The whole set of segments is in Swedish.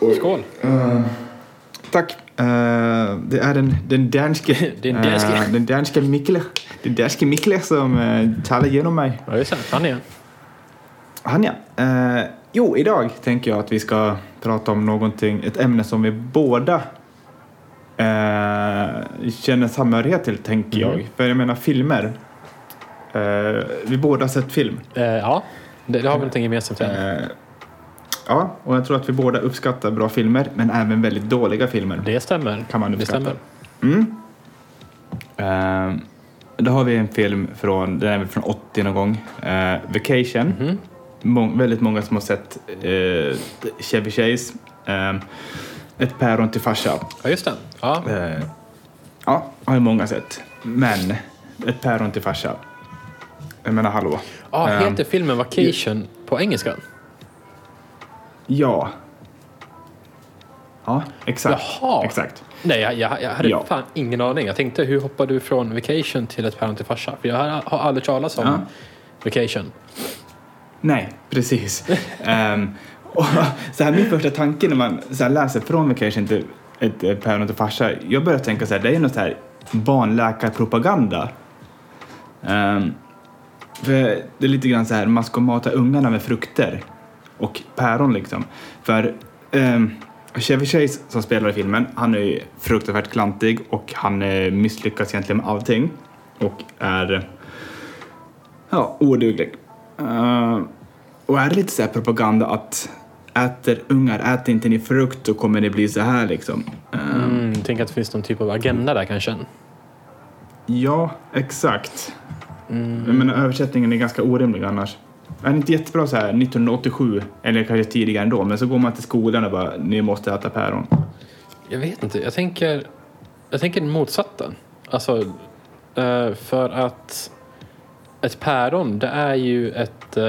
Skål. Tack. Det är den danske Mikle som talar genom mig. Ja, just det. Han ja. Jo, idag tänker jag att vi ska prata om någonting, ett ämne som vi båda känner samhörighet till, tänker jag. För jag menar filmer. Vi båda har sett film. Ja, det har vi någonting gemensamt. Ja, och jag tror att vi båda uppskattar bra filmer, men även väldigt dåliga filmer. Det stämmer. Kan man uppskatta. Då har vi en film den är väl från 80 någon gång. Vacation. Väldigt många som har sett Chevy Chase. Ett päron till farsa. Ja, just det. Ja. Ja, har ju många sett. Men ett päron till farsa. Jag menar, hallå. Ja, heter filmen Vacation på engelska? Ja. Ja, exakt. Jaha. Exakt. Nej, jag hade fan ingen aning. Jag tänkte, hur hoppar du från Vacation till ett päron till farsa? För jag har aldrig talat om Vacation. Nej, precis. Och så här, min första tanke när man så här läser från Vacation till ett päron till farsa, jag börjar tänka så här, det är något så här barnläkarpropaganda. För det är lite grann så här, man ska mata ungarna med frukter och päron liksom. För Chevy Chase som spelar i filmen, han är ju fruktansvärt klantig och han misslyckas egentligen med allting och är oduglig. Och är det lite så här propaganda att äter inte ni frukt så kommer det bli så här liksom. Tänk att det finns någon typ av agenda där kanske. Ja, exakt. Men översättningen är ganska orimlig annars. Är det inte jättebra så här 1987 eller kanske tidigare ändå, men så går man till skolan och bara, ni måste äta päron. Jag vet inte, jag tänker den motsatta. Alltså, för att ett päron, det är ju ett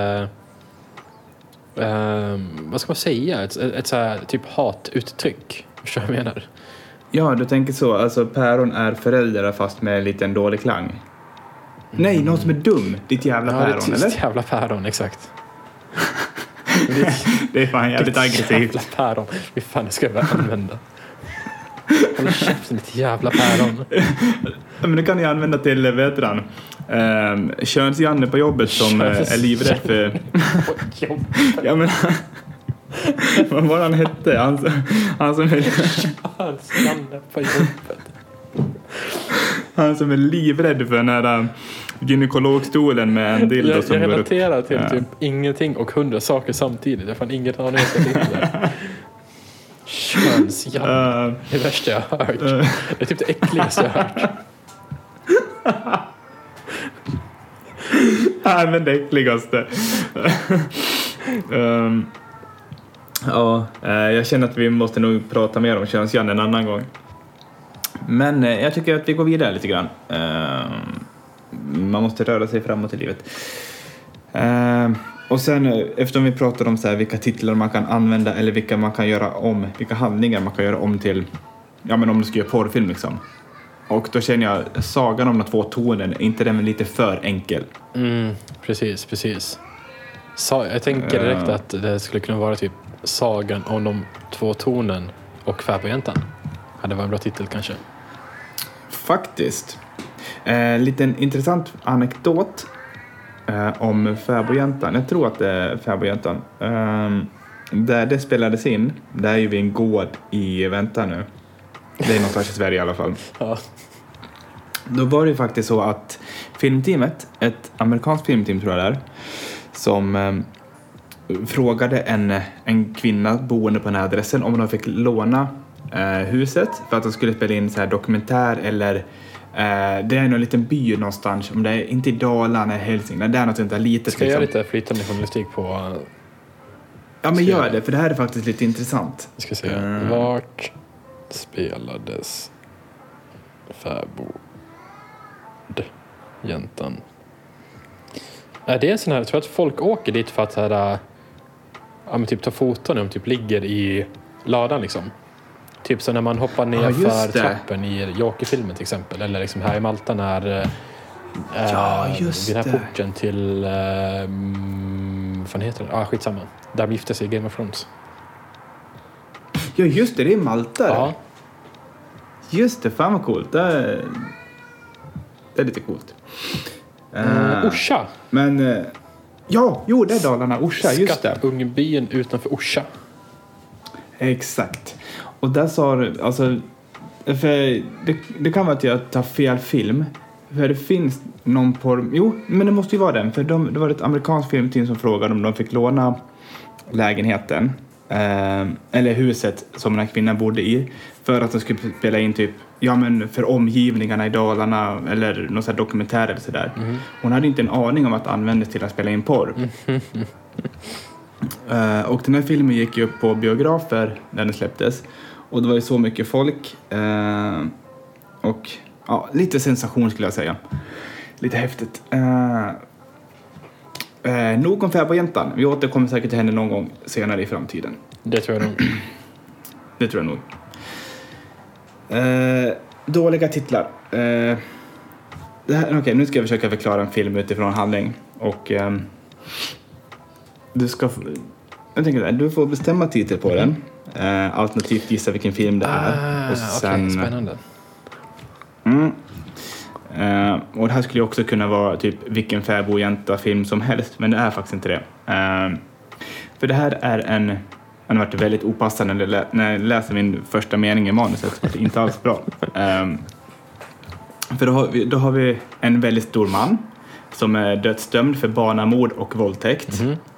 vad ska man säga, ett så här typ hatuttryck. Förstår du vad jag menar? Ja, du tänker så. Alltså päron är föräldrar fast med en liten dålig klang. Nej, någon som är dum. Ditt jävla päron, eller? Ditt jävla päron, exakt. Det är fan jävligt aggressivt. Jävla päron. Hur fan ska jag använda? Håll käften, ditt jävla päron. Men det kan jag använda till, vet du, Köns-Janne på jobbet som är livrädd för... Ja, men... Vad var han hette? Han som är... Köns-Janne på jobbet. Han som är livrädd för den här gynekologstolen med en dildo som jag relaterar till typ ingenting och 100 saker samtidigt. Jag fann inget aning om det. Köns-Janne. Det är värsta jag har hört. Det är typ det äckligaste jag har hört. Nej, men det äckligaste. Jag känner att vi måste nog prata mer om Köns-Janne en annan gång. Men jag tycker att vi går vidare lite grann. Man måste röra sig framåt i livet. Och sen eftersom vi pratar om så här, vilka titlar man kan använda eller vilka man kan göra om, vilka handlingar man kan göra om till, ja men om du ska göra porrfilm liksom. Och då känner jag, sagan om de två tonen, är inte den lite för enkel? Precis. Jag tänker direkt att det skulle kunna vara typ sagan om de två tonen och Fäbodjäntan. Hade varit en bra titel kanske. Faktiskt. Liten intressant anekdot om Fäbodjäntan. Jag tror att det är Fäbodjäntan. Där det spelades in, där är ju vi en gård i, vänta nu. Det är någonstans i Sverige i alla fall. Ja. Då var det ju faktiskt så att filmteamet, ett amerikanskt filmteam tror jag där, som frågade en kvinna boende på den här adressen om de fick låna huset för att de skulle spela in så här dokumentär eller det är någon liten by någonstans, om det är inte i Dalarna eller Hälsingland, det är något sånt där litet. Ska jag göra lite flytande journalistik på? Ja, men gör det, för det här är faktiskt lite intressant. Jag ska se, vart spelades Fäbodjäntan? Är det en sån här, jag tror att folk åker dit för att här, men typ ta foton när de typ ligger i ladan liksom. Typ så när man hoppar ner för trappen i Joker-filmen till exempel. Eller liksom här i Malta när vid den här porten till vad heter det? Skitsamma. Där de gifte sig i Game of Thrones. Ja, just det är Malta. Ja. Just det, fan vad coolt. Det är lite coolt. Orsa. Men, det är Dalarna. Orsa, just det. Skattungbyn utanför Orsa. Exakt. Och där sa du, alltså, för det kan vara att jag tar fel film. För det finns någon på... Jo, men det måste ju vara den. För det var ett amerikanskt filmteam som frågade om de fick låna lägenheten. Eller huset som den här kvinnan bodde i. För att de skulle spela in typ... Ja, men för omgivningarna i Dalarna. Eller någon sån här dokumentär eller sådär. Hon hade inte en aning om att det användes till att spela in porr. Och den här filmen gick ju upp på biografer när den släpptes. Och det var ju så mycket folk. Och ja, lite sensation skulle jag säga. Lite häftigt. Nog om Fäbodjäntan. Vi återkommer säkert till henne någon gång senare i framtiden. Det tror jag nog. Det tror jag nog. Dåliga titlar. Okej, nu ska jag försöka förklara en film utifrån handling. Och du får bestämma titel på den. Alternativt gissa vilken film det är. Och sen, spännande. Och det här skulle ju också kunna vara typ vilken Fäbodjänta-film som helst. Men det är faktiskt inte det. För det här är en... Det har varit väldigt opassande när jag läser min första mening i manuset. Det är inte alls bra. För då har vi en väldigt stor man som är dödsdömd för barnamord och våldtäkt.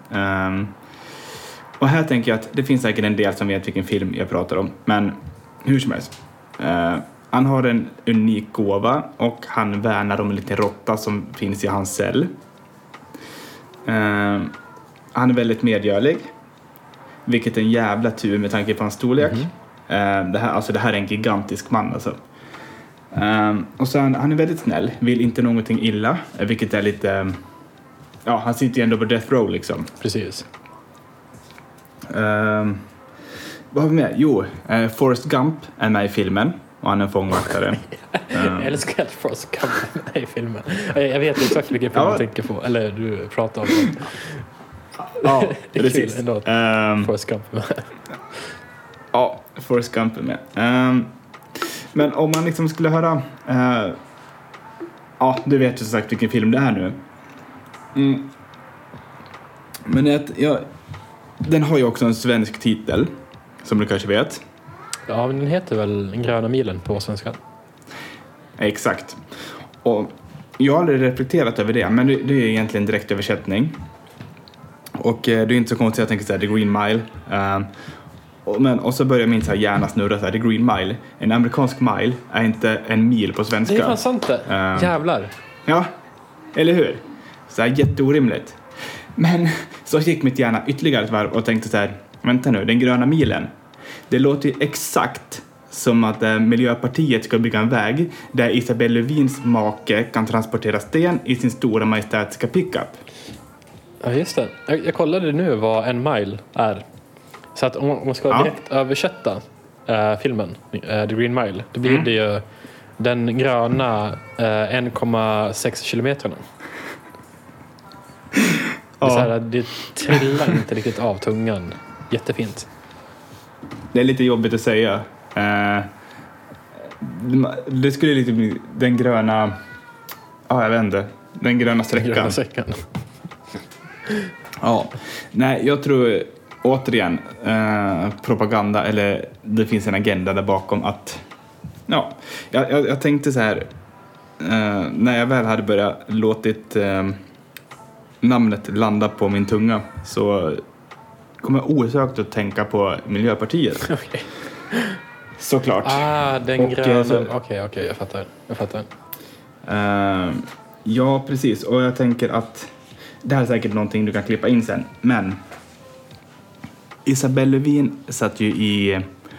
Och här tänker jag att det finns säkert en del som vet vilken film jag pratar om. Men hur som helst. Han har en unik gåva och han värnar om en liten råtta som finns i hans cell. Han är väldigt medgörlig. Vilket är en jävla tur med tanke på hans storlek. Det här är en gigantisk man alltså. Och sen han är väldigt snäll. Vill inte någonting illa. Vilket är lite... Ja, han sitter ju ändå på death row liksom. Precis. Vad har vi med? Jo, Forrest Gump är med i filmen. Och han är en fångvaktare. Jag älskar att Forrest Gump är med i filmen. Jag vet exakt vilken film du tänker på. Eller du pratar om den. Ja, precis. Forrest Gump är med. Ja, Forrest Gump är med. Men om man liksom skulle höra... ja, du vet ju så sagt vilken film det är nu. Men den har ju också en svensk titel. Som du kanske vet. Ja, men den heter väl Den gröna milen på svenska. Exakt. Och jag har aldrig reflekterat över det. Men det är egentligen direkt översättning. Och det är inte så konstigt att jag tänker så här, The Green Mile. Och så börjar min så här hjärna snurra så här, The Green Mile. En amerikansk mile är inte en mil på svenska. Det är fan sant det. Jävlar. Ja, eller hur? Så här jätteorimligt. Men så gick mitt hjärna ytterligare ett varv och tänkte så här, vänta nu, den gröna milen. Det låter ju exakt som att Miljöpartiet ska bygga en väg där Isabelle Lövins make kan transportera sten i sin stora majestätiska pickup. Ja, just det. Jag kollade nu vad en mile är. Så att om man ska direkt översätta filmen, The Green Mile, då blir det ju den gröna 1,6 kilometerna. Det, är så här, det trillar inte riktigt av tungan. Jättefint. Det är lite jobbigt att säga. Det skulle lite bli den gröna... Ja, jag vet inte. Den gröna sträckan. Ja. Nej, jag tror återigen propaganda, eller det finns en agenda där bakom att... Ja, jag tänkte så här... när jag väl hade börjat låtit namnet landa på min tunga så kommer jag osökt att tänka på Miljöpartiet. Okay. Såklart. Den gröna... Okej, jag fattar. Ja, precis. Och jag tänker att det här är säkert någonting du kan klippa in sen. Men Isabelle Lövin satt ju i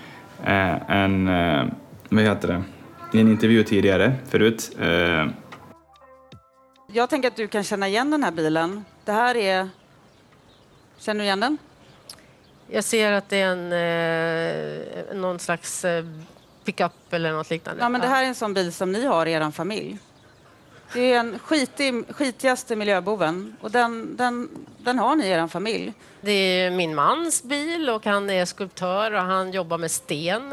i en intervju tidigare förut. Jag tänker att du kan känna igen den här bilen. Det här är... Känner du igen den? Jag ser att det är någon slags pickup eller något liknande. Ja, men det här är en sån bil som ni har i er familj. Det är en skitigaste miljöboven. Och den har ni i er familj. Det är min mans bil och han är skulptör och han jobbar med sten.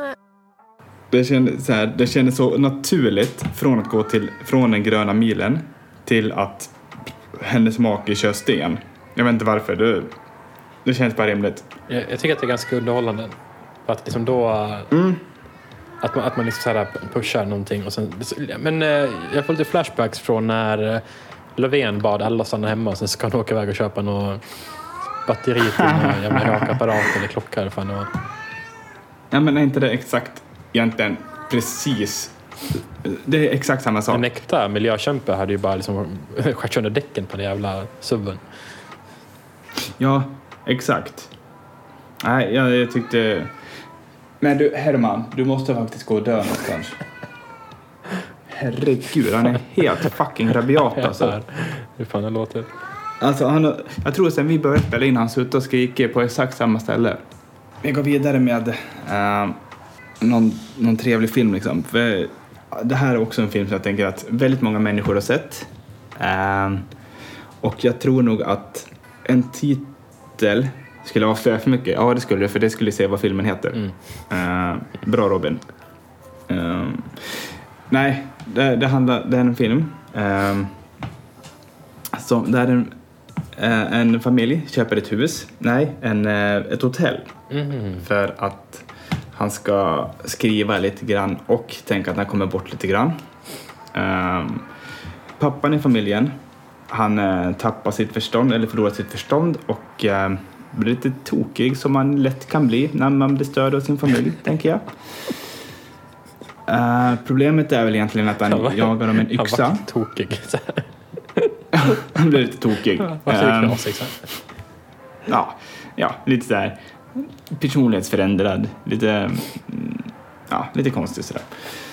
Det kändes så naturligt från att gå från den gröna milen till att hennes make kör sten. Jag vet inte varför. Det känns bara rimligt. Jag tycker att det är ganska underhållande. För att liksom då... Att man liksom så här pushar någonting. Och sen, men jag får lite flashbacks från när Löfven bad alla stanna hemma. Och sen ska han åka iväg och köpa något batteri till någon jävla rakapparat eller klocka. Eller fan och... Ja, men är inte det exakt egentligen precis... Det är exakt samma sak. En äkta miljökämpe hade ju bara liksom skärt sönder däcken på den jävla subben. Ja, exakt. Nej, jag tyckte... Men du, Herman, du måste faktiskt gå och dö någonstans. Herregud, han är helt fucking rabiat alltså. Hur fan det låter. Alltså, jag tror sen vi började spela in han suttit och skriker på exakt samma ställe. Vi går vidare med någon trevlig film liksom. För det här är också en film som jag tänker att väldigt många människor har sett. Och jag tror nog att en titel skulle avslöja för mycket. Ja, det skulle det, för det skulle se vad filmen heter. Bra, Robin. Nej, det är en film där en familj köper ett hus. Nej, ett hotell. För att han ska skriva lite grann och tänka att han kommer bort lite grann. Pappan i familjen, han tappar sitt förstånd eller förlorar sitt förstånd och blir lite tokig som man lätt kan bli när man blir störd av sin familj, tänker jag. Problemet är väl egentligen att han jagar dem en yxa. Han var tokig. Han blir lite tokig. Ja, lite så här personlighetsförändrad, lite konstigt sådär.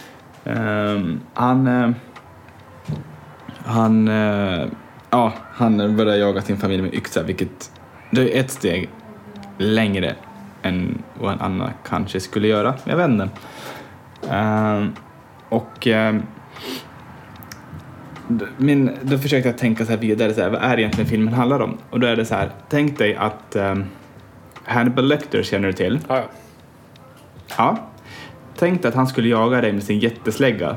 Han börjar jaga sin familj med yxa, vilket det är ett steg längre än vad en annan kanske skulle göra. Jag vet inte. Då försökte jag tänka så här vidare, så här, vad är egentligen filmen handlar om? Och då är det så här, tänk dig att Hannibal Lecter känner du till. Ja. Tänk dig att han skulle jaga dig med sin jätteslägga.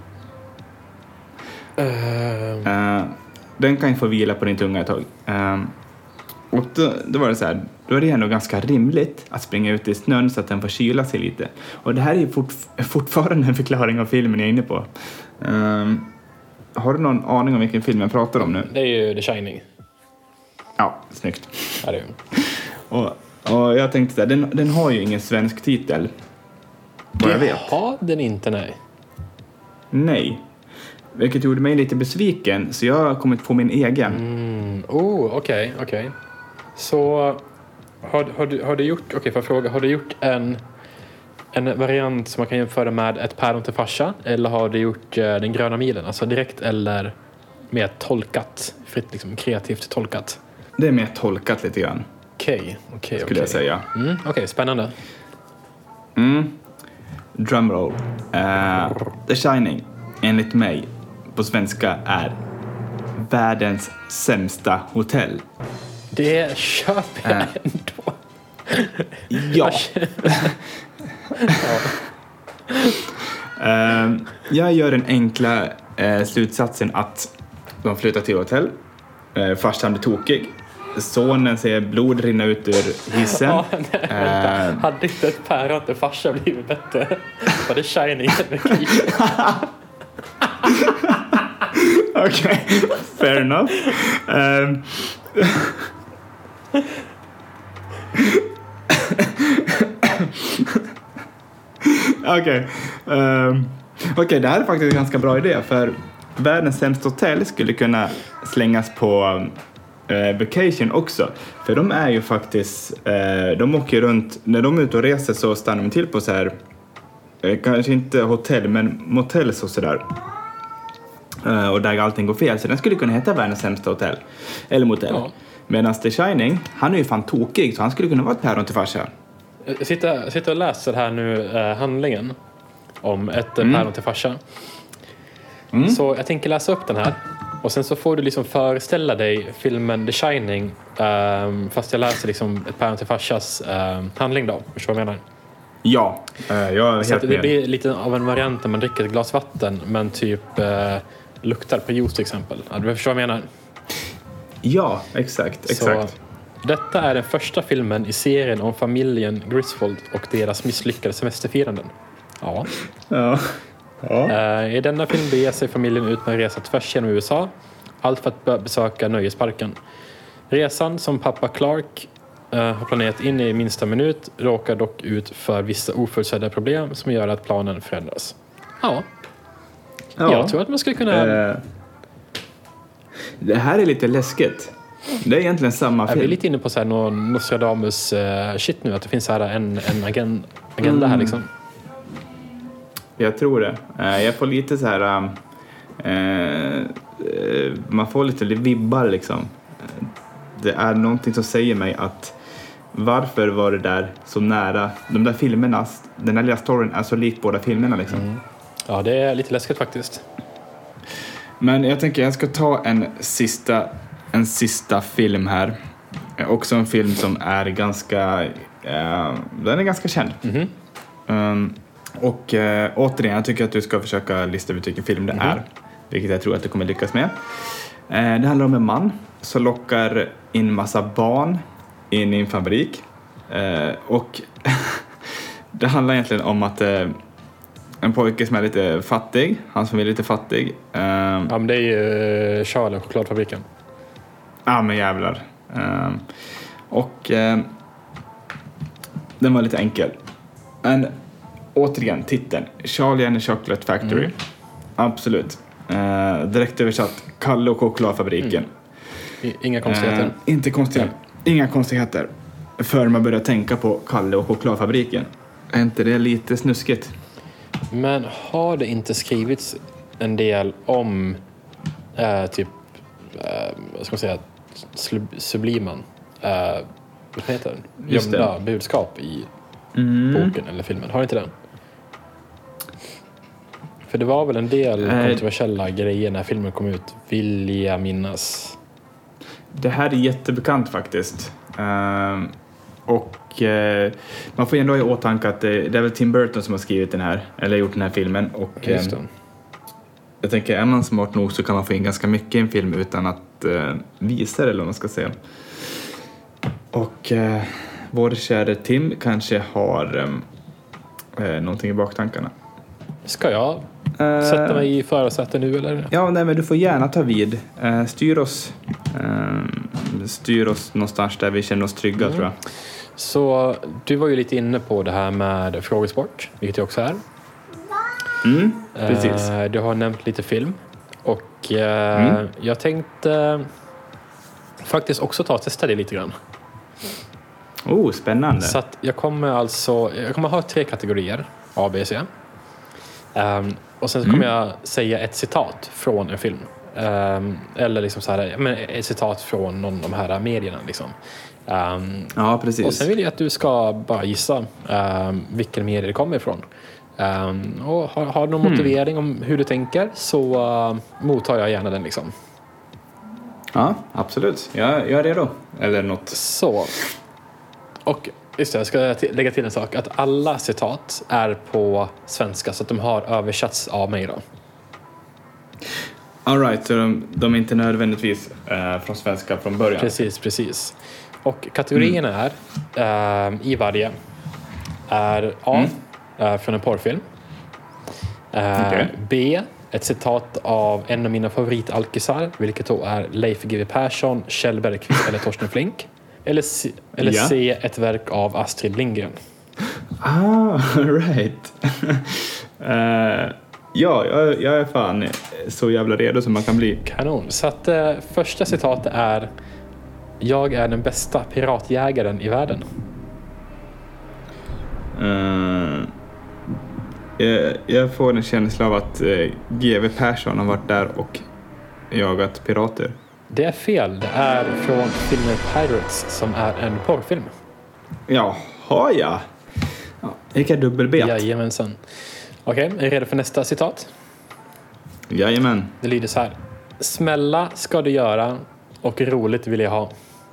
Den kan ju få vila på din tunga ett tag. Och då var det så här, då är det ändå ganska rimligt att springa ut i snön så att den får kyla sig lite. Och det här är ju fortfarande en förklaring av filmen jag är inne på. Har du någon aning om vilken film jag pratar om nu? Det är ju The Shining. Ja, snyggt. Ja, det är ju. Och jag tänkte så här, den har ju ingen svensk titel. Vad jag vet. Har den inte, nej. Nej. Vilket gjorde mig lite besviken, så jag har kommit på min egen. Okej. Så har du gjort, får jag fråga, har du gjort en variant som man kan jämföra med ett päron till farsa, eller har du gjort den gröna milen, alltså direkt eller mer tolkat, fritt liksom, kreativt tolkat? Det är mer tolkat lite grann. Okej. Skulle jag säga. Okej, spännande. Drumroll. The Shining, enligt mig, på svenska är världens sämsta hotell. Det köper jag ändå. Ja. Jag gör den enkla slutsatsen att de flyttar till hotell. Farsan blir tokig. Sonen ser blod rinna ut ur hissen. Hade inte ett päron till farsa blivit bättre? Var det Shining? Okej, fair enough. Okej, det här är faktiskt en ganska bra idé, för världens sämsta hotell skulle kunna slängas på vacation också, för de är ju faktiskt de åker runt, när de är ute och reser så stannar de till på så här kanske inte hotell men motells och sådär, och där allting går fel, så den skulle kunna heta världens sämsta hotell eller motell. Medan The Shining, han är ju fan tokig, så han skulle kunna vara ett päron till farsa. Jag sitter och läser här nu handlingen om ett päron till farsa. Så jag tänker läsa upp den här. Och sen så får du liksom föreställa dig filmen The Shining. Fast jag läser liksom ett päron till farsas handling då. Förstår du vad jag menar? Ja, jag är så helt det med. blir lite av en variant när man dricker ett glas vatten. Men typ luktar på juice till exempel. Du förstår vad jag menar? Ja, exakt. Så, detta är den första filmen i serien om familjen Griswold och deras misslyckade semesterfiranden. Ja. I denna film beger sig familjen ut på en resa tvärs genom USA. Allt för att besöka nöjesparken. Resan som pappa Clark har planerat in i minsta minut råkar dock ut för vissa oförutsedda problem som gör att planen förändras. Ja. Jag tror att man skulle kunna... Det här är lite läskigt. Det är egentligen samma film. Jag är lite inne på så här någon Nostradamus shit nu. Att det finns så här en agenda här liksom. Jag tror det. Jag får lite så här... man får lite vibbar liksom. Det är någonting som säger mig att varför var det där så nära de där filmerna, den här lilla storyn är så lik båda filmerna liksom. Ja, det är lite läskigt faktiskt. Men jag tänker jag ska ta en sista film här. Också en film som är ganska den är ganska känd. Och återigen, jag tycker att du ska försöka lista ut vilken film det är. Vilket jag tror att du kommer lyckas med. Det handlar om en man som lockar in massa barn in i en fabrik. Och det handlar egentligen om att en pojke som är lite fattig. Hans familj är lite fattig. Ja, men det är ju Charlie och chokladfabriken. Ja, men jävlar. Och den var lite enkel. Men återigen, titeln. Charlie and the Chocolate Factory. Absolut. Direkt översatt Kalle och chokladfabriken. Inga konstigheter. Inte konstigheter. Inga konstigheter. För man börjar tänka på Kalle och chokladfabriken. Är inte det lite snuskigt? Men har det inte skrivits en del om typ vad ska man säga subliman vad heter den? Gömda budskap i boken eller filmen. Har inte den? För det var väl en del kontroversiella grejer när filmen kom ut, vill jag minnas. Det här är jättebekant faktiskt. Och man får ändå i åtanke att det är väl Tim Burton som har skrivit den här, eller gjort den här filmen. Och jag tänker, är man smart nog så kan man få in ganska mycket i en film utan att visa det, eller vad man ska säga. Och vår kära Tim kanske har någonting i baktankarna. Ska jag sätta mig i förarsätet nu eller? Ja, nej, men du får gärna ta vid. Styr oss någonstans där vi känner oss trygga, tror jag. Så du var ju lite inne på det här med frågesport, vilket jag också är. Precis. Du har nämnt lite film. Och jag tänkte faktiskt också testa det lite grann. Spännande. Så att jag kommer ha 3 kategorier, A, B, C. Och sen så kommer jag säga ett citat från en film. Eller liksom så här, men ett citat från någon av de här medierna liksom. Ja, precis. Och sen vill jag att du ska bara gissa vilken medie det kommer ifrån. Och har du någon motivering om hur du tänker så mottar jag gärna den liksom. Ja, absolut. Jag är redo. Eller något. Så. Och just det, jag ska lägga till en sak. Att alla citat är på svenska så att de har översatts av mig då. All right, så de är inte nödvändigtvis från svenska från början. Precis. Och kategorierna är i varje är A från en porrfilm. B, ett citat av en av mina favoritalkisar, vilket då är Leif GW Persson, Kjell Bergqvist eller Torsten Flink. Eller C, ett verk av Astrid Lindgren. Right. Ja, jag är fan så jävla redo som man kan bli. Kanon. Så att första citatet är: jag är den bästa piratjägaren i världen. Jag får en känsla av att GW Persson har varit där och jagat pirater. Det är fel. Det är från filmen Pirates som är en porrfilm. Jaha, ja. Vilka dubbelbet. Jajamensan. Okej, är du redo för nästa citat? Jajamän. Det lyder så här. Smälla ska du göra och roligt vill jag ha.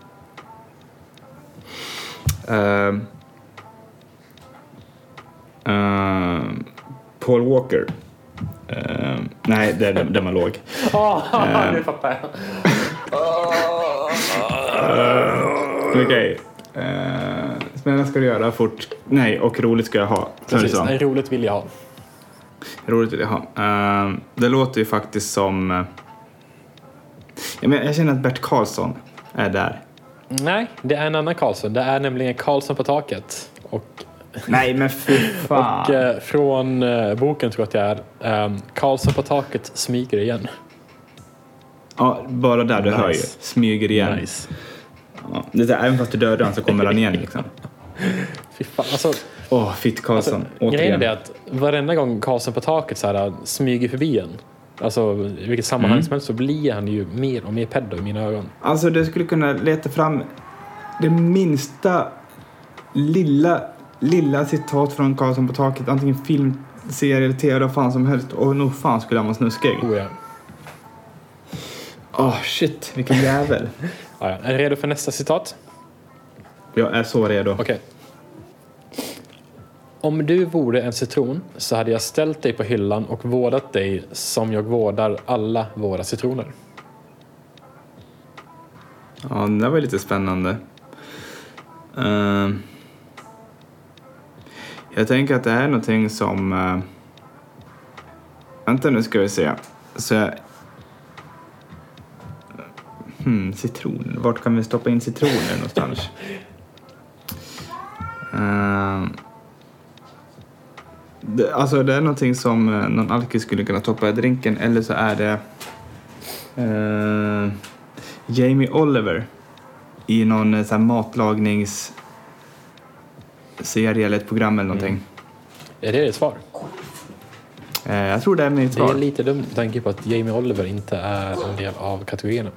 Paul Walker. Nej, den var låg. Nu fattar jag. Okej. Smälla ska du göra fort. Nej, och roligt ska jag ha. Precis, nej, roligt vill jag ha. Roligt vill jag ha. Det låter ju faktiskt som... jag känner att Bert Karlsson är där. Nej, det är en annan Karlsson. Det är nämligen Karlsson på taket. Och, nej, men fy fan. och från boken tror jag att det är Karlsson på taket smyger igen. Ja, bara där du hör ju. Smyger igen. Nice. Ja, det är så här, även fast du dödar han så kommer han igen liksom. Fy fan, alltså... Fitt Karlsson, grejen är det att varenda gång Karlsson på taket så här, smyger förbi en. Alltså i vilket sammanhang som helst så blir han ju mer och mer pedo i mina ögon. Alltså det skulle kunna leta fram det minsta lilla citat från Karlsson på taket. Antingen film, serie eller tv, vad fan som helst. Och nog fan skulle han vara snuskig. Shit, vilken jävel. Ja. Är du redo för nästa citat? Jag är så redo. Okej. Om du vore en citron så hade jag ställt dig på hyllan och vårdat dig som jag vårdar alla våra citroner. Ja, det var lite spännande. Jag tänker att det här är någonting som... vänta nu ska vi se. Så citroner. Vart kan vi stoppa in citroner någonstans? Det är någonting som någon alkis skulle kunna toppa i drinken. Eller så är det Jamie Oliver i någon så här matlagningsserie eller ett program eller någonting. Är det ditt svar? Jag tror det är mitt svar. Det är lite dumt med tanke på att Jamie Oliver inte är en del av kategorierna.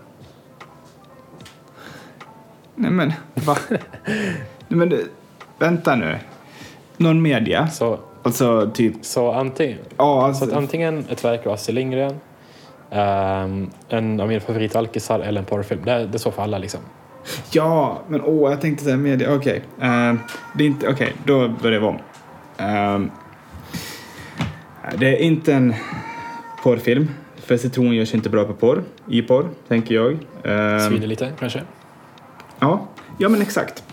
Nej men, va? Nej, men vänta nu. Någon media? Alltså typ... Så antingen, så att antingen ett verk av Astrid Lindgren, en av mina favoritalkisar eller en porrfilm. Det är så för alla liksom. Ja, men jag tänkte säga media. Okej. Det är inte... Okej, då börjar vi om. Det är inte en porrfilm. För citron görs inte bra på porr. I porr, tänker jag. Svider lite, kanske. Ja men exakt.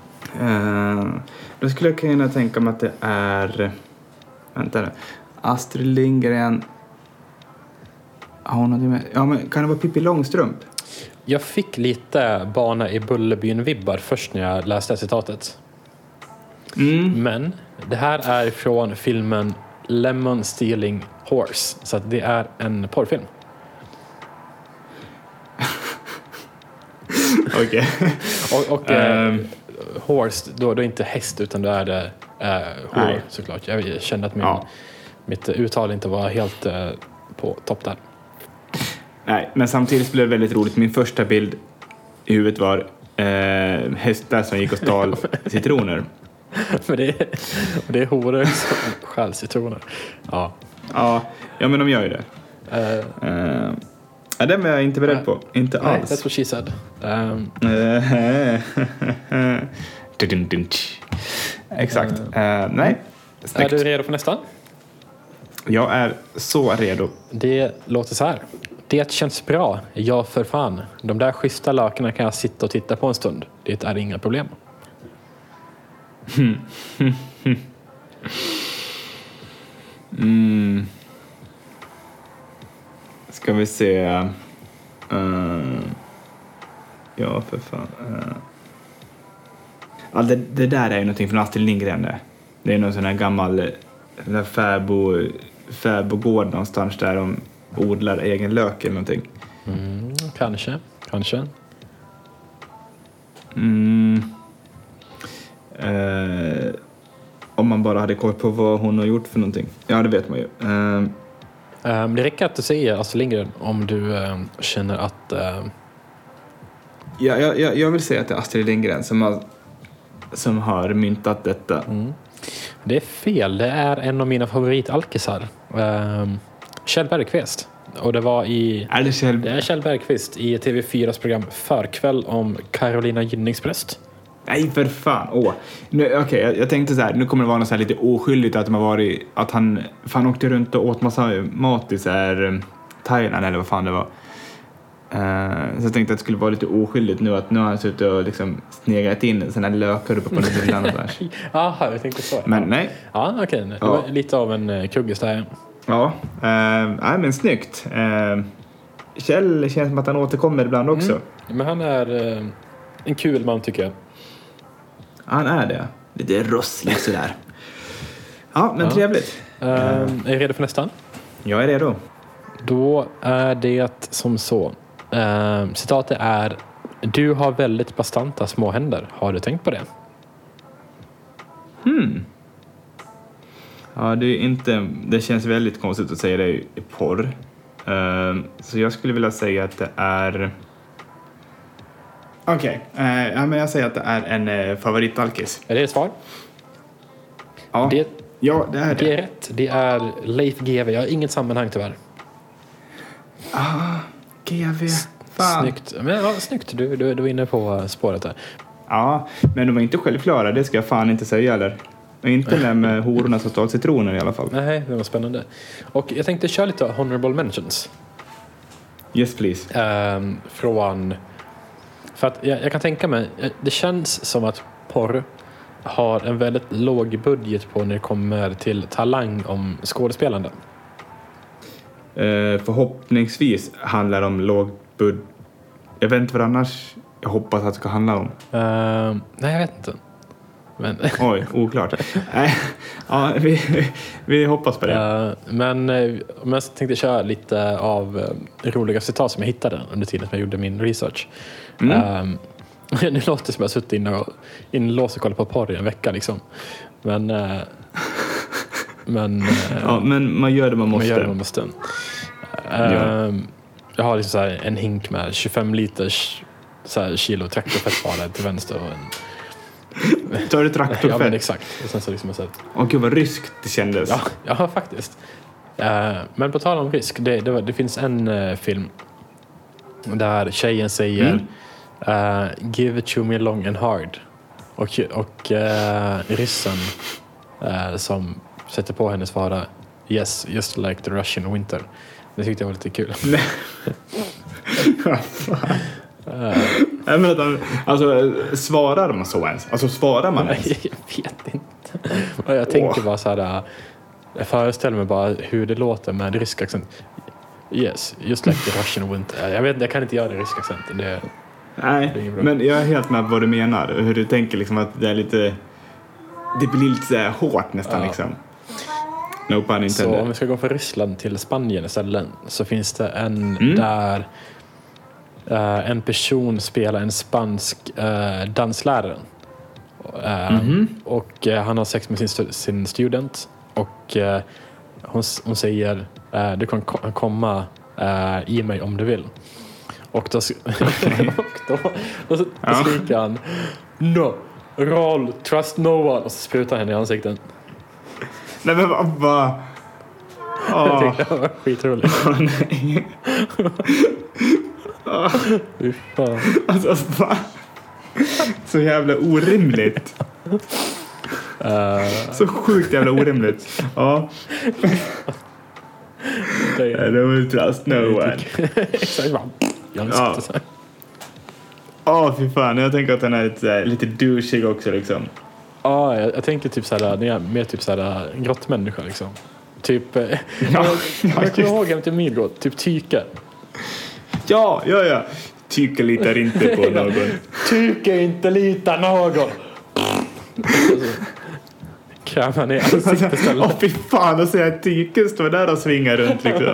Då skulle jag kunna tänka mig att det är... Vänta nu. Astrid Lindgren... Ja, men kan det vara Pippi Långstrump? Jag fick lite Barna i Bullerbyn-vibbar först när jag läste citatet. Men det här är från filmen Lemon Stealing Horse. Så att det är en porrfilm. Okej. Och horse, då är det inte häst utan då är det hår såklart. Jag kände att mitt uttal inte var helt på topp där. Nej, men samtidigt blev det väldigt roligt. Min första bild i huvudet var hästar som gick och stal citroner. Men det är horor som stjäl citroner. Ja. Ja, men de gör ju det. Den var jag inte beredd på. Inte alls. That's what she said. Exakt. Nej. Snyggt. Är du redo för nästa? Jag är så redo. Det låter så här. Det känns bra. Ja, för fan. De där schyssta lökarna kan jag sitta och titta på en stund. Det är inga problem. Ska vi se. Ja, för fan. Det där är ju någonting från Astrid Lindgren. Det är någon sån här gammal fäbodgård någonstans där de odlar egen lök eller någonting. Kanske. Om man bara hade koll på vad hon har gjort för någonting. Ja, det vet man ju. Det räcker att du säger Astrid Lindgren om du känner att... Jag vill säga att det är Astrid Lindgren som har myntat detta. Det är fel. Det är en av mina favoritalkisar. Kjell Bergqvist. Och det var det är Kjell Bergqvist i TV4s program Förkväll om Carolina Gynningsbröst. Nej, för fan. Okej, jag tänkte så här, nu kommer det vara något så här lite oskyldigt att han åkte runt och åt massa mat i så här Thailand eller vad fan det var. Så jag tänkte att det skulle vara lite oskyldigt nu att nu har han suttit och liksom snegat in såna här lökar uppe på den hyllan och där. Jaha, jag tänkte så. Men nej. Ja, okej. Det var lite av en kuggis där. Ja, men snyggt. Kjell känns som att han återkommer ibland också. Men han är en kul man tycker jag. Han är det. Lite rosslig sådär. Ja, men trevligt. Är du redo för nästan? Jag är redo. Då är det som så. Citatet är: du har väldigt bastanta små händer. Har du tänkt på det? Ja, det känns väldigt konstigt att säga det i porr. Så jag skulle vilja säga att det är... Okej, men jag säger att det är en favoritalkis. Är det ett svar? Ja, det är det. Det är rätt. Det är Leif GW. Jag har inget sammanhang tyvärr. GW. Fan. Snyggt. Men, snyggt. Du är inne på spåret där. Ja, men de var inte självklara. Det ska jag fan inte säga eller. Och inte den med hororna som stal citroner i alla fall. Nej, det var spännande. Och jag tänkte köra lite honorable mentions. Yes, please. Från... För att jag kan tänka mig... Det känns som att porr har en väldigt låg budget på när det kommer till talang om skådespelande. Förhoppningsvis handlar det om låg budget. Jag vet inte vad annars jag hoppas att det ska handla om. Nej, jag vet inte. Men... Oj, oklart. Ja, vi hoppas på det. Men om jag tänkte köra lite av roliga citat som jag hittade under tiden som jag gjorde min research. Nu låter det som jag suttit inlåst och kollat på porr i en vecka liksom. Men men man gör det man måste. Jag har liksom så här en hink med 25 liters så här kilo traktorfett till vänster och en... Tar du traktorfett? Ja, men exakt. Och sen så liksom gud vad ryskt det kändes. Ja, faktiskt. Men på tal om risk, det finns en film där tjejen säger give it to me long and hard. Och ryssen som sätter på henne svarar yes, just like the Russian winter. Det tyckte jag var lite kul. Alltså, svarar man så ens? Alltså, svarar man ens? Jag vet inte. Och jag tänkte bara så här... Jag föreställer mig bara hur det låter med rysk accent. Yes, just like the Russian winter. Jag vet inte, jag kan inte göra det rysk accent. Nej, men jag är helt med vad du menar. Hur du tänker liksom att det är lite... Det blir lite hårt nästan liksom. No pun intended. Så om vi ska gå från Ryssland till Spanien istället så finns det en där en person spelar en spansk danslärare. Och han har sex med sin student och hon säger du kan komma i mig om du vill. Och då skriker han no, roll, trust no one och så sprutar han henne i ansikten. Nej men vad? Jag tyckte det var skitroligt. Alltså fan. Så jävla orimligt. Så sjukt jävla orimligt. Ja. Don't trust no one. Exakt. Fy fan. Jag tänker att den är lite douchig också liksom. Ja, jag tänker typ såhär, det är mer typ såhär grottmänniska liksom. Typ, jag kommer ihåg hem till min låt, typ tyka. Ja. Tyka litar inte på någon. Tyka inte litar någon. Krämar ner ansiktet istället. Fy fan, och säga att tyken står där och svingar runt liksom.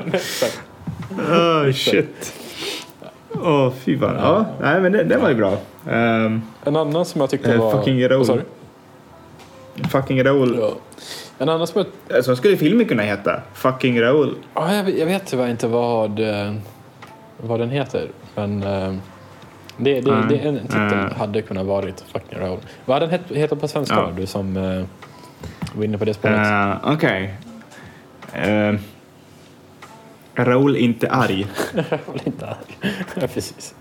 Shit. Fy fan. Ja, nej men det var ju bra. En annan som jag tyckte var... Fucking Raoul. Fucking Raoul. Ja. En annan som så skulle filmen kunna heta Fucking Raoul. Ja, jag vet tyvärr inte vad den heter. Men en titel hade kunnat varit Fucking Raoul. Vad hade den hetat på svenska då, du som var inne på det spåret? Okej. Raoul inte arg. Raoul inte arg. Ja, precis.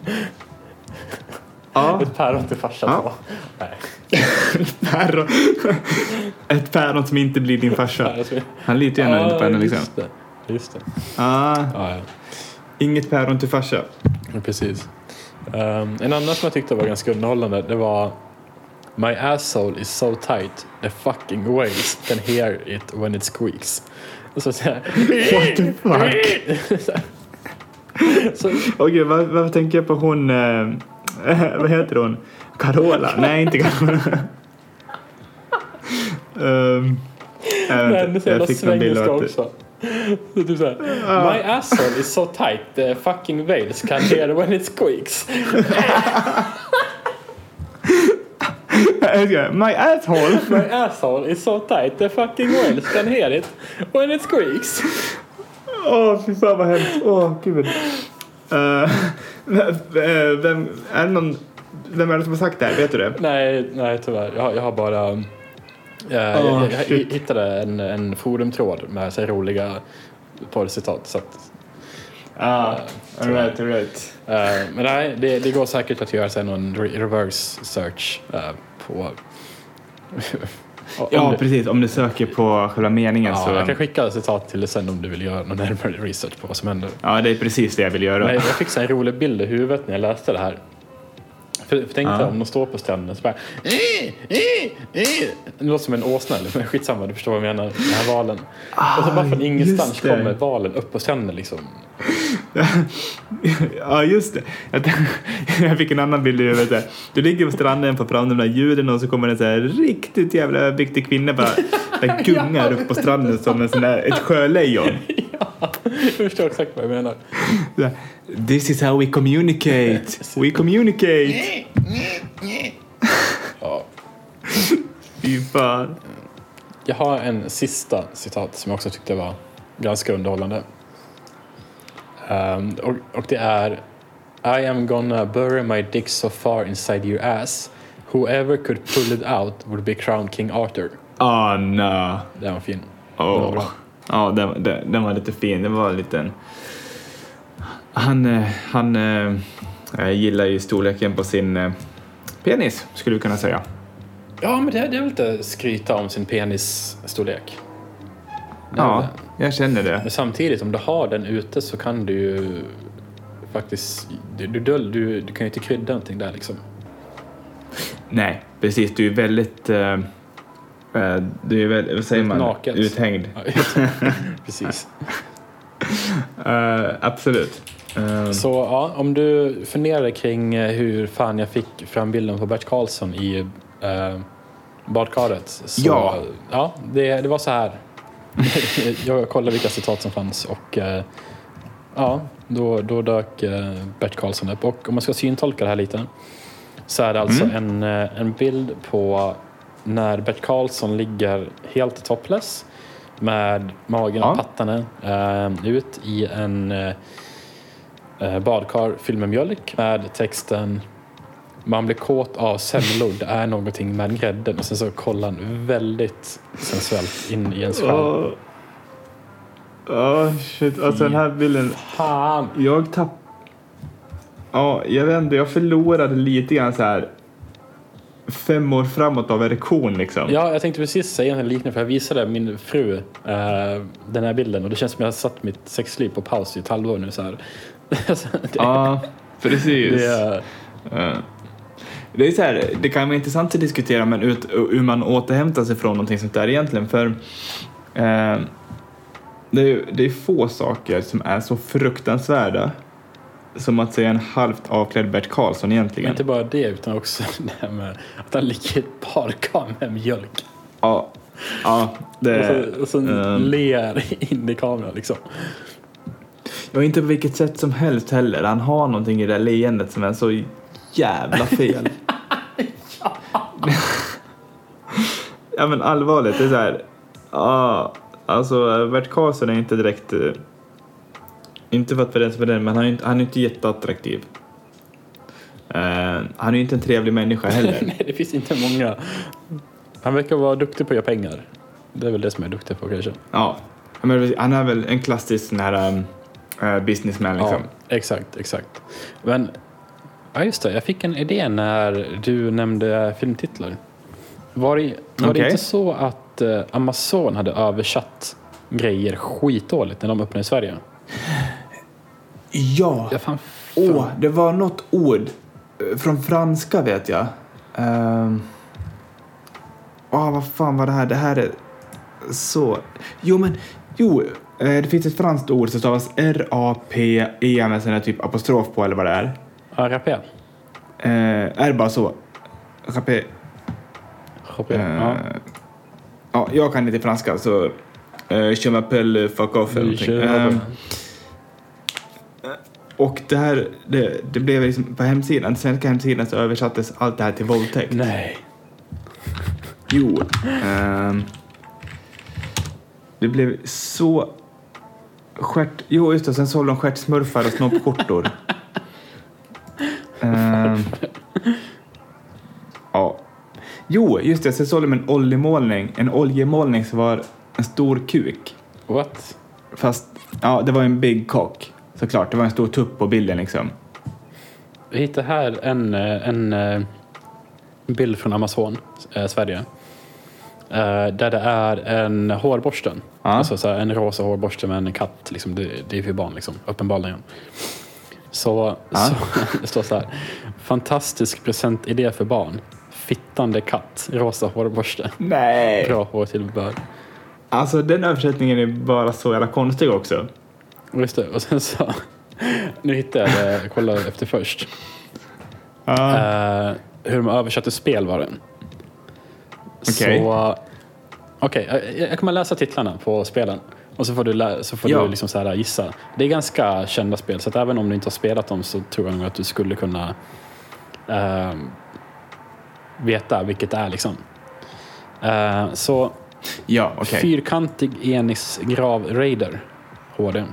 Ja. Ett päron till farsa. Ja. Nej. Päron. Ett päron som inte blir din farsa. Han litar gärna på henne liksom. Just det. Ja. Inget päron till farsa. Ja, precis. En annan som jag tyckte var ganska underhållande, det var My asshole is so tight the fucking whales can hear it when it squeaks. Och så säger what the fuck? Okej, vad tänker jag på hon vad heter hon? Carola? Nej, inte Carola. Jag fick en bild av också. Så typ såhär, my asshole is so tight the fucking whales can hear when it squeaks. My asshole is so tight the fucking whales can hear it when it squeaks. Fy fan vad hemskt. Gud. Vem är det som har sagt det här? Vet du det? Nej tyvärr. Jag har bara jag hittade en forumtråd med så roliga porrcitat så att right. Men nej, det går säkert att göra sig någon reverse search på precis, om du söker på själva meningen så... jag kan skicka citat till dig sen om du vill göra någon närmare research på vad som händer. Ja, det är precis det jag vill göra. Men jag fick så en rolig bild i huvudet när jag läste det här. För tänkte om de står på stranden så bara... Det låter som en åsna, men skitsamma, du förstår vad jag menar. Den här valen. Och så bara från ingenstans kommer valen upp på stranden liksom. Ja, just det. Jag fick en annan bild i huvudet. Du ligger på stranden på fram de där ljuden och så kommer en så här riktigt jävla viktig kvinna bara där gungar upp på stranden som en sån där, ett sjölejon. Ja, jag förstår exakt vad jag menar. This is how we communicate. We communicate. Ja. Fy fan. Jag har en sista citat som jag också tyckte var ganska underhållande. Och det är I am gonna bury my dick so far inside your ass. Whoever could pull it out would be crowned King Arthur. No. Den var fin. Den var lite fin. Den var lite... Han gillar ju storleken på sin penis, skulle du kunna säga. Ja, men det är väl inte skryta om sin penisstorlek. Ja, jag känner det. Men samtidigt, om du har den ute så kan du ju faktiskt... Du kan ju inte krydda någonting där liksom. Nej, precis. Du är väldigt... du är väldigt... Vad säger man? Naket. Uthängd. Ja, precis. Absolut. Så ja, om du funderar kring hur fan jag fick fram bilden på Bert Karlsson i badkaret. Så, ja, det var så här. Jag kollade vilka citat som fanns och då dök Bert Karlsson upp. Och om man ska syntolka det här lite så är det alltså en bild på när Bert Karlsson ligger helt topless med magen och pattarna ut i en badkar fylld med mjölk med texten man blir kåt av semlor, det är någonting med grädden, och sen så kollar han väldigt sensuellt in i ens själ. Shit, alltså den här bilden fan. Jag vet inte, jag förlorade lite grann så här 5 år framåt av erektion liksom. Ja, jag tänkte precis säga en liknande, för jag visade min fru den här bilden och det känns som jag har satt mitt sexliv på paus i ett halvår nu så här. Precis. Det är så här, det kan vara intressant att diskutera men hur man återhämtar sig från någonting sånt där egentligen, för det är få saker som är så fruktansvärda som att säga en halvt avklädd Bert Karlsson egentligen. Men inte bara det, utan också det här med att han ligger i ett badkar med mjölk. Ja, det... Och så ler in i kameran liksom. Och inte på vilket sätt som helst heller. Han har någonting i det där leendet som är så jävla fel. Ja, men allvarligt, det är så här. Alltså Bert Karlsson är inte direkt... Inte för att vara den som är den, men han är inte jätteattraktiv. Han är inte en trevlig människa heller. Nej, det finns inte många. Han verkar vara duktig på att göra pengar. Det är väl det som är duktig på kanske. Ja, Men han är väl en klassisk sån här businessman liksom. Ja, exakt. Men ja, just det. Jag fick en idé när du nämnde filmtitlar. Var det inte så att Amazon hade översatt grejer skitdåligt när de öppnade i Sverige? Ja. Det var något ord från franska vet jag. Vad fan var det här? Det här är så... det finns ett franskt ord som stavas R-A-P-E med sån här typ apostrof på eller vad det är. Ja, rapé. Är bara så. Rapé. Ja, jag kan inte franska så je m'appelle fuck off eller någonting. Och det här det blev liksom på hemsidan, svenska hemsidan så översattes allt det här till våldtäkt. Nej. Jo. Det blev så just det, sen sålde de stjärtsmurfar och snoppskjortor. Ja. Jo, just det, sen sålde de en oljemålning som var en stor kuk. What? Fast, det var en big cock. Såklart, det var en stor tupp på bilden liksom. Vi hittar här en bild från Amazon, Sverige. Där det är en hårborsten. Alltså så här, en rosa hårborste med en katt. Liksom, det är för barn, liksom, uppenbarligen. Så det står så här. Fantastisk presentidé för barn. Fittande katt, rosa hårborste. Nej. Bra hårtillbehör. Alltså den översättningen är bara så jävla konstig också. Just det, och sen så... Nu hittade jag det, kolla efter först. Hur de översatte spel var den. Okej, jag kommer läsa titlarna på spelen. Och så får du liksom så här gissa. Det är ganska kända spel, så att även om du inte har spelat dem så tror jag nog att du skulle kunna veta vilket det är liksom. Fyrkantig Enis grav Raider HD.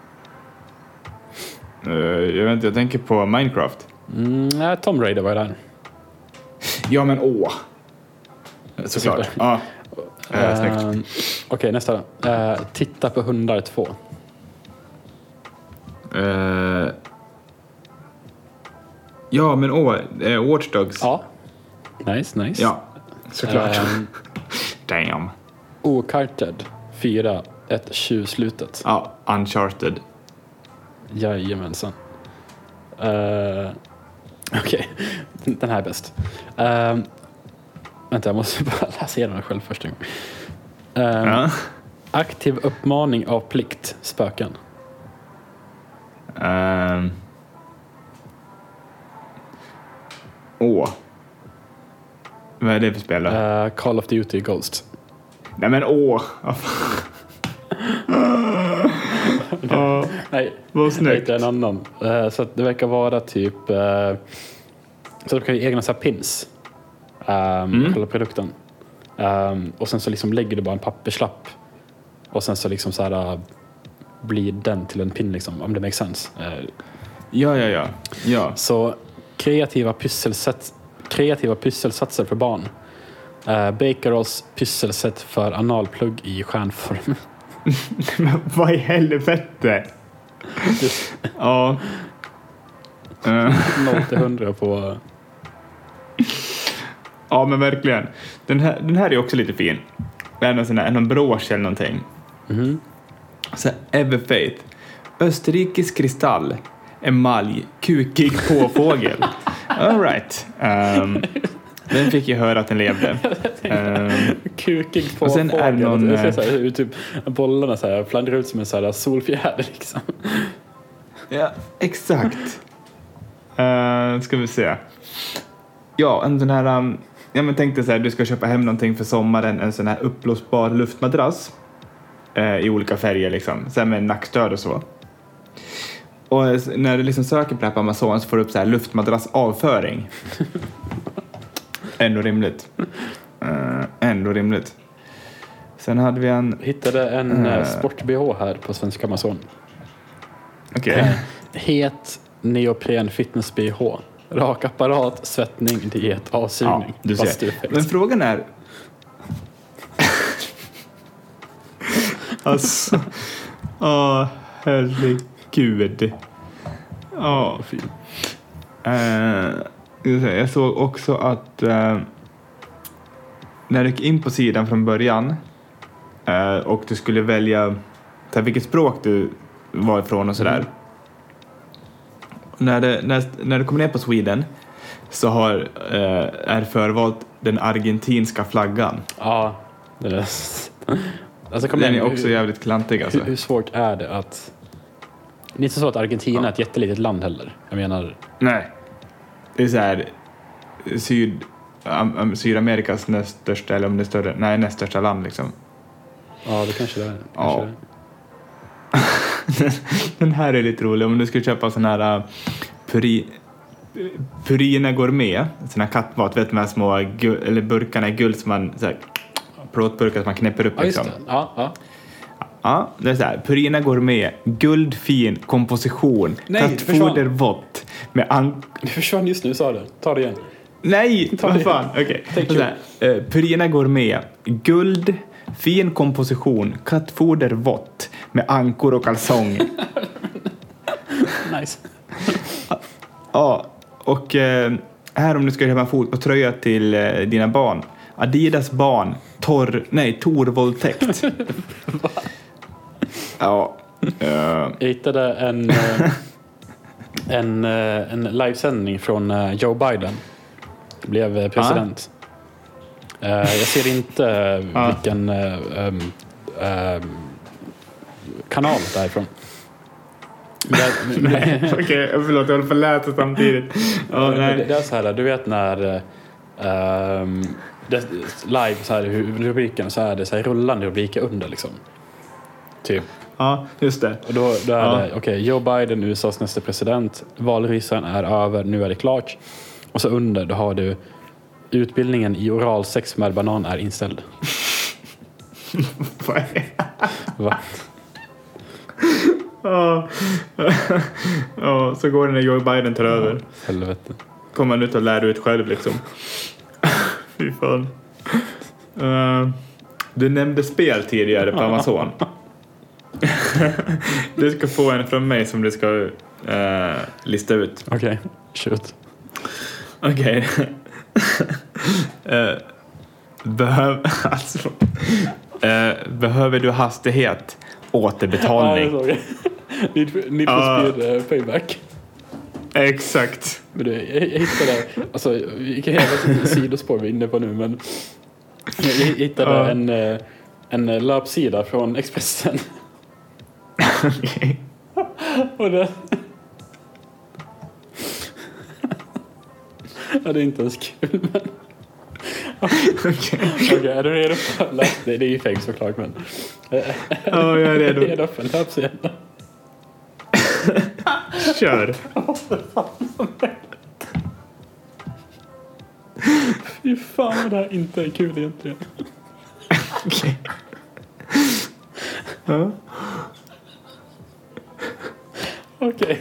Jag vet inte, jag tänker på Minecraft. Tomb Raider var där. Ja, men såklart. Snyggt. Okej, nästa då. Titta på hundar 2. Ja, men Watch Dogs. Ja. Nice. Ja, såklart. Damn. Okarted 4, ett tjuvslutet. Ja, Uncharted. Jajamensan. Okej, den här är bäst. Vänta, jag måste bara läsa igenom den själv först en gång. Aktiv uppmaning av plikt, spöken. Vad är det för spel då? Call of Duty Ghost. Nej men Nej, vad snyggt. Det är en annan. Så att det verkar vara typ så du kan ju egna så här pins. Själva produkten. Och sen så liksom lägger du bara en papperslapp. Och sen så liksom så här blir den till en pin liksom, om det makes sense. Ja. Så kreativa pysselsatser för barn. Bakeros pysselsätt för analplugg i stjärnform. Men vad i helvete? Ja. 0-100 på... Ja, men verkligen. Den här är också lite fin. Det är någon brosch eller någonting. Så Everfaith. Österrikisk kristall. Emalj. Kukig påfågel. All right. Den fick jag höra att den levde. Kukig på och sen är det någon... Jag ser hur typ bollarna så här fladdrar ut som en så här solfjäder liksom. Ja, exakt. Ska vi se. Ja, en sån här... Jag tänkte så här, du ska köpa hem någonting för sommaren. En sån här uppblåsbar luftmadrass. I olika färger liksom. Sen med nackstöd och så. Och när du liksom söker på det här på Amazon så får du upp så här luftmadrassavföring. Ändå rimligt. Sen hade vi hittade en sport-BH här på svenska Amazon. Okej. Het neopren fitness-BH. Rak apparat, svettning, diet, avsugning. Ja, du ser. Men frågan är... Alltså, herregud. Fy. Jag såg också att när du gick in på sidan från början och du skulle välja vilket språk du var ifrån och sådär. När du kommer ner på Sweden så är förvalt den argentinska flaggan. Ja, det är alltså, den är också jävligt klantig alltså. Hur svårt är det att... Det är inte så att Argentina är ett jättelitet land heller. Jag menar... Nej. Det är så här Sydamerikas näst största, eller om det är större. Nej, näst största land liksom. Ja, det kanske det är. Ja. Den här är lite rolig. Om du skulle köpa sån här Purina Gourmet, sån här kattmat, vet du, de här små eller burkarna i guld som man så här, plåtburkar som man knäpper upp liksom. Ja, det är så här. Purina Gourmet, guldfin komposition, kattfodervått med Det försvann just nu, sa du. Ta det igen. Nej, vad fan. Okej. Purina Gourmet, guld, fin komposition, kattfodervått med ankor och kalsong. Nice. Ja, och här om du ska köpa en fotbollströja till dina barn. Adidas barn, Tor-våldtäkt. Ja. Jag hittade en livesändning från Joe Biden. Blev president. Jag ser inte vilken kanal därifrån. Okej, förlåt, jag håller på att läsa samtidigt. Det är så här, du vet när live så här, rubriken så är det så här rullande rubriker under liksom. Typ. Ja, just det. Och då är det Joe Biden, USAs nästa president. Valryssen är över, nu är det klart. Och så under då har du utbildningen i oralsex med banan är inställd. Vad är det? Va? Ja, så går det när Joe Biden tar över. Helvete. Kommer han ut och lär ut själv liksom. Fy fan. Du nämnde spel tidigare på Amazon. Du ska få en från mig som du ska lista ut. Okej, shoot. Okej. Behöver du hastighet? Återbetalning. Ja, det Need for Speed Payback. Exakt. Men jag hittade, alltså vilka hela sidospår vi är inne på nu, men jag hittade en löpsida från Expressen. Okej. Och det... Ja, det är inte ens kul, men... Okej, är du redo för att läsa? Det är ju fake såklart, men... Ja, jag är redo. Är redo för löpsidan? Kör. Fy fan, det här inte är kul egentligen. Okej. Ja. Okej.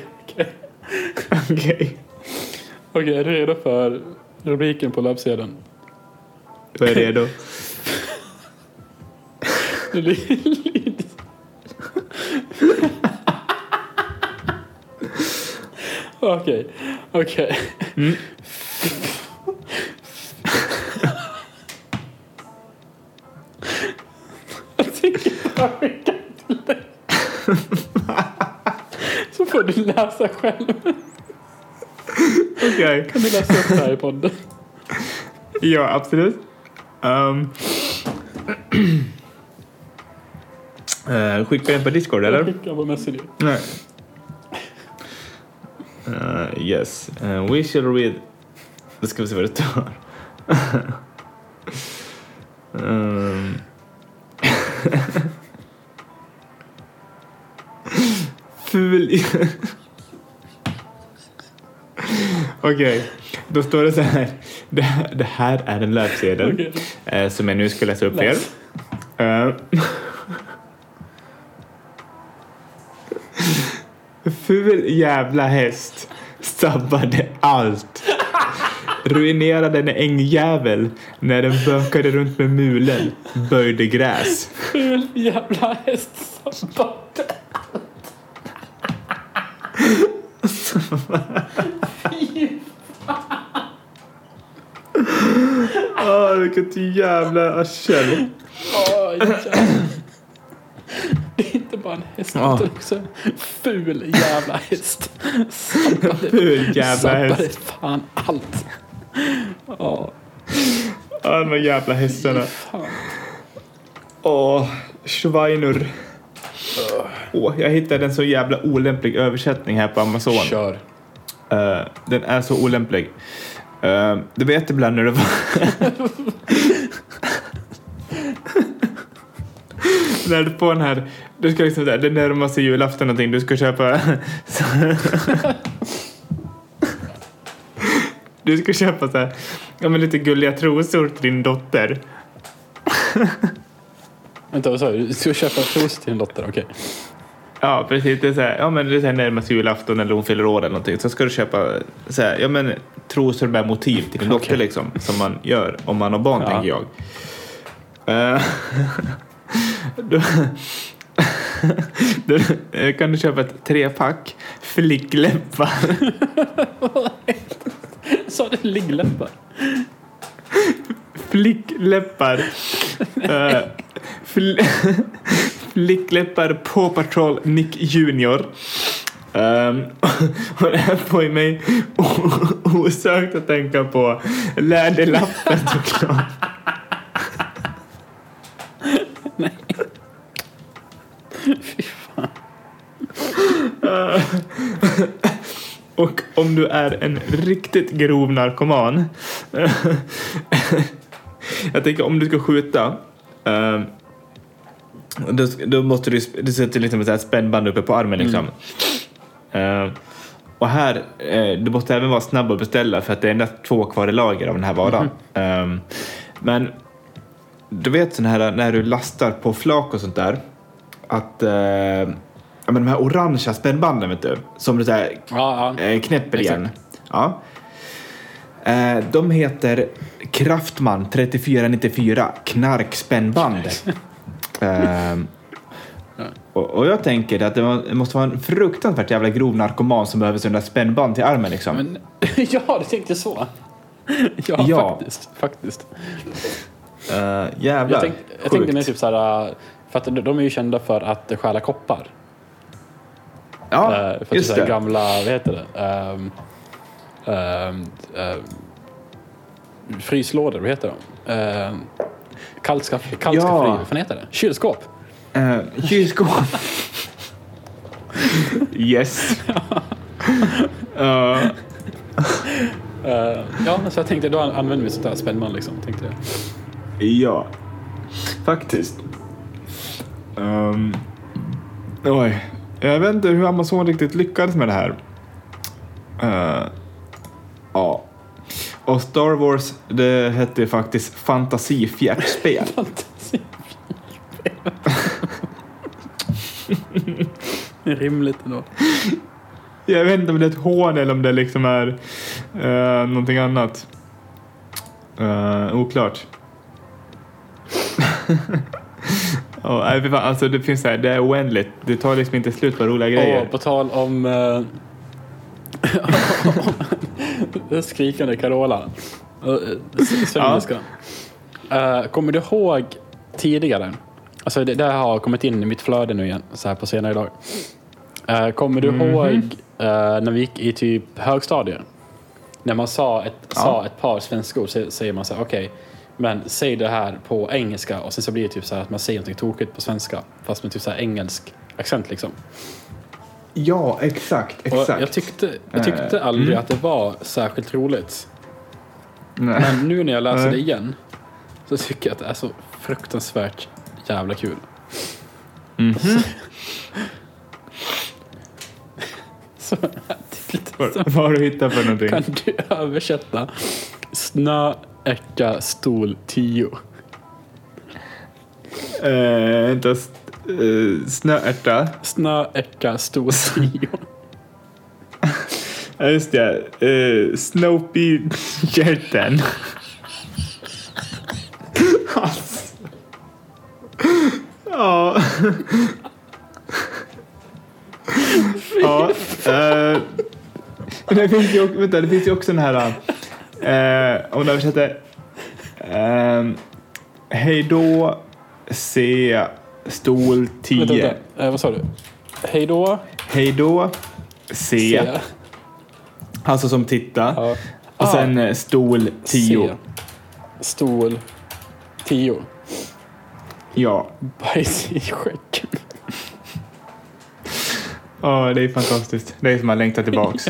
Okej, är du redo för rubriken på löpsedeln? Jag är redo. Okej. Mm. Jag tänker bara skicka till dig. Så får du läsa själv. Okej. Kan du läsa upp det här i podden? Ja, absolut. Skicka den på Discord, eller? Skicka på Messenger. Nej. Yes. We shall read... Då ska vi se vad det står. Ful... Okej, då står det så här. Det här är en löpsedel som jag nu ska läsa upp för er. Ful jävla häst sabbade allt. ruinerade en ängjävel när den bökade runt med mulen, böjde gräs. Ful jävla häst som bötte. Vilket jävla arsel. Det är inte bara en häst, utan också en ful jävla häst. Ful jävla häst. Fan allt. De här jävla hästarna. Schweinur. Jag hittade en så jävla olämplig översättning här på Amazon. Kör. Den är så olämplig. Du vet ibland när det var... när du får den här... Du ska liksom där, det närmar sig julafton någonting. Du ska köpa... du ska köpa så här... Ja, men lite gulliga trosor till din dotter. Vänta, vad sa du? Du ska köpa trosor till din dotter, okej. Ja, precis. Det är så här, ja, men det är så här närmast julafton eller hon fyller år eller någonting. Så ska du köpa så här, ja, men trosor med motiv till din dotter liksom. Som man gör om man har barn, tänker jag. Då kan du köpa ett 3-pack flickläppar. Sa du liggläppar? Flickläppar. Flickläppar på Patrol Nick Junior. Och det här får mig osökt att tänka på läderlappen, såklart. Nej. Fy fan. Och om du är en riktigt grov narkoman, jag tänker om du ska skjuta, då måste du sätta liksom ett spännband uppe på armen liksom. Och här, du måste även vara snabb att beställa, för att det är endast 2 kvar i lager av den här varan. Men du vet sån här när du lastar på flak och sånt där, att men de här orangea spännbanden, vet du, som du så här, knäpper igen. Ja. De heter Kraftman 3494 knarkspännband. Och jag tänker att det måste vara en fruktansvärt jävla grov narkoman som behöver sådana spännband till armen liksom. Men, ja, du tänkte så. Ja. Faktiskt. Jävlar. Jag tänkte mig typ så här, för att de är ju kända för att stjäla koppar. Ja, för just att det. Gamla, vad heter det? Fryslådor, vad heter de? Kallskafferi, vad fan heter det? Kylskåp. Kylskåp. Yes. Ja, så jag tänkte då använder vi sånt här spännband liksom, tänkte jag. Ja, faktiskt. Oj. Jag vet inte hur Amazon riktigt lyckades med det här. Ja. Och Star Wars, det hette faktiskt fantasifjärtspel. Det är rimligt ändå. Jag vet inte om det är ett hån eller om det liksom är någonting annat. Oklart. Alltså det finns här, det är oändligt. Det tar liksom inte slut på roliga grejer. På tal om den skrikande Carola. Svenska. Kommer du ihåg tidigare? Alltså det har kommit in i mitt flöde nu igen så här på senare dag. Kommer du ihåg när vi gick i typ högstadiet? När man sa ett par svenska ord, så säger man så här, okej, men säg det här på engelska, och sen så blir det typ så här att man säger någonting tokigt på svenska fast med typ så här engelsk accent liksom. Ja, exakt. Och jag tyckte aldrig att det var särskilt roligt. Nej. Men nu när jag läser det igen så tycker jag att det är så fruktansvärt jävla kul. Så vad har du hittat för någonting? kan du översätta snö, ärta, stol, 10? Snöärta. Snö, ärta, stol, 10. Ja, just det. Snoopy-hjärten. Alltså. Ja. Ja. Det finns ju också den här... om du översätter... hej då, se stol 10. Vad sa du? Hej då. Hej då, se. Alltså som titta. Ja. Och sen stol 10. Se. Stol 10. Ja. Bajs i skäcken. Ja, det är fantastiskt. Det är som man längtar tillbaks.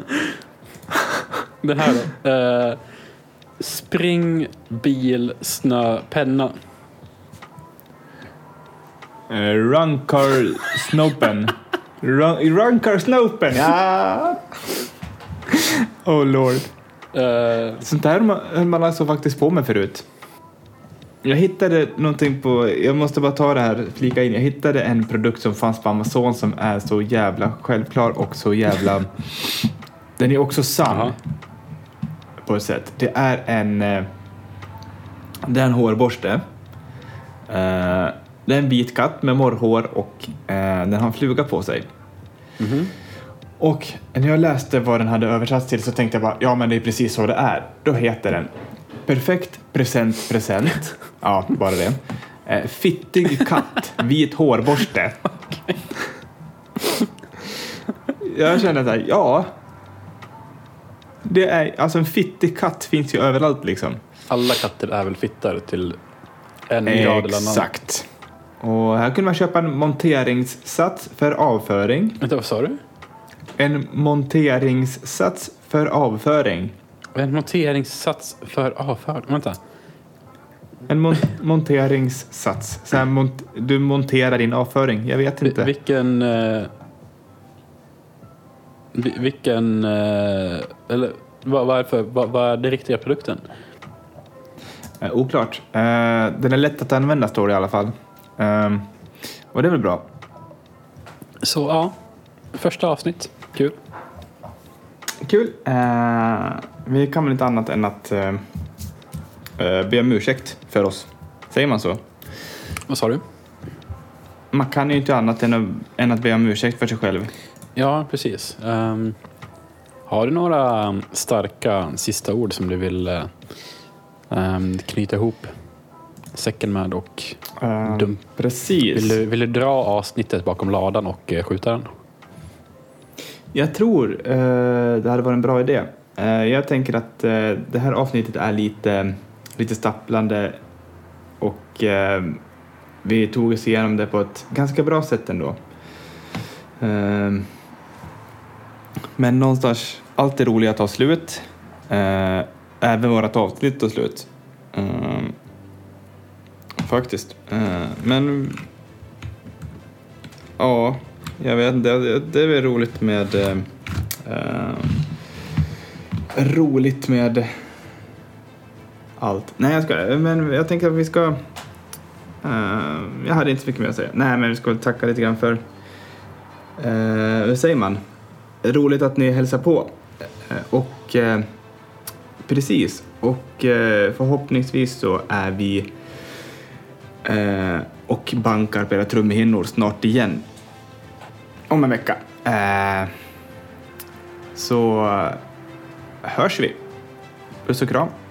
Det här då. Spring, bil, snö, penna. Runkar Snopen. Runkar Snopen. Ja. Oh lord. Sånt där höll man alltså faktiskt på med förut. Jag hittade någonting på... Jag måste bara ta det här, flika in. Jag hittade en produkt som fanns på Amazon som är så jävla självklar och så jävla... Den är också sann. Aha. På ett sätt. Det är en hårborste. Det är en vit katt med morrhår och den har en fluga på sig. Mm-hmm. Och när jag läste vad den hade översatts till så tänkte jag bara, ja men det är precis så det är. Då heter den Perfekt present. Ja, bara det. Fittig katt, vit hårborste. Okay. Jag kände så här, ja. Det är, alltså en fittig katt finns ju överallt liksom. Alla katter är väl fittar till en grad eller annan. Exakt. Och här kunde man köpa en monteringssats för avföring. Vänta, vad sa du? En monteringssats för avföring. En monteringssats för avföring? Vänta. En monteringssats. Så här du monterar din avföring. Jag vet inte. Vilken... eller vad är det riktiga produkten? Oklart. Den är lätt att använda, står det i alla fall. Och det är väl bra. Så ja, första avsnitt. Kul. Kul. Vi kan väl inte annat än att be om ursäkt för oss. Säger man så? Vad sa du? Man kan ju inte annat än att be om ursäkt för sig själv. Ja, precis. Har du några starka sista ord som du vill knyta ihop säcken med och precis. Vill du dra avsnittet bakom ladan och skjuta den? Jag tror det hade varit en bra idé. Jag tänker att det här avsnittet är lite stapplande och vi tog oss igenom det på ett ganska bra sätt ändå. Men någonstans, allt är roligt att ta slut. Även vårat avsnitt tar slut. Faktiskt. Men ja, jag vet inte. Det är väl roligt med allt. Nej, jag tänker att vi ska... jag hade inte så mycket mer att säga. Nej, men vi ska tacka lite grann för... vad säger man? Roligt att ni hälsar på. Och precis. Och förhoppningsvis så är vi och bankar på era trumhinnor snart igen. Om en vecka. Så hörs vi. Puss och kram.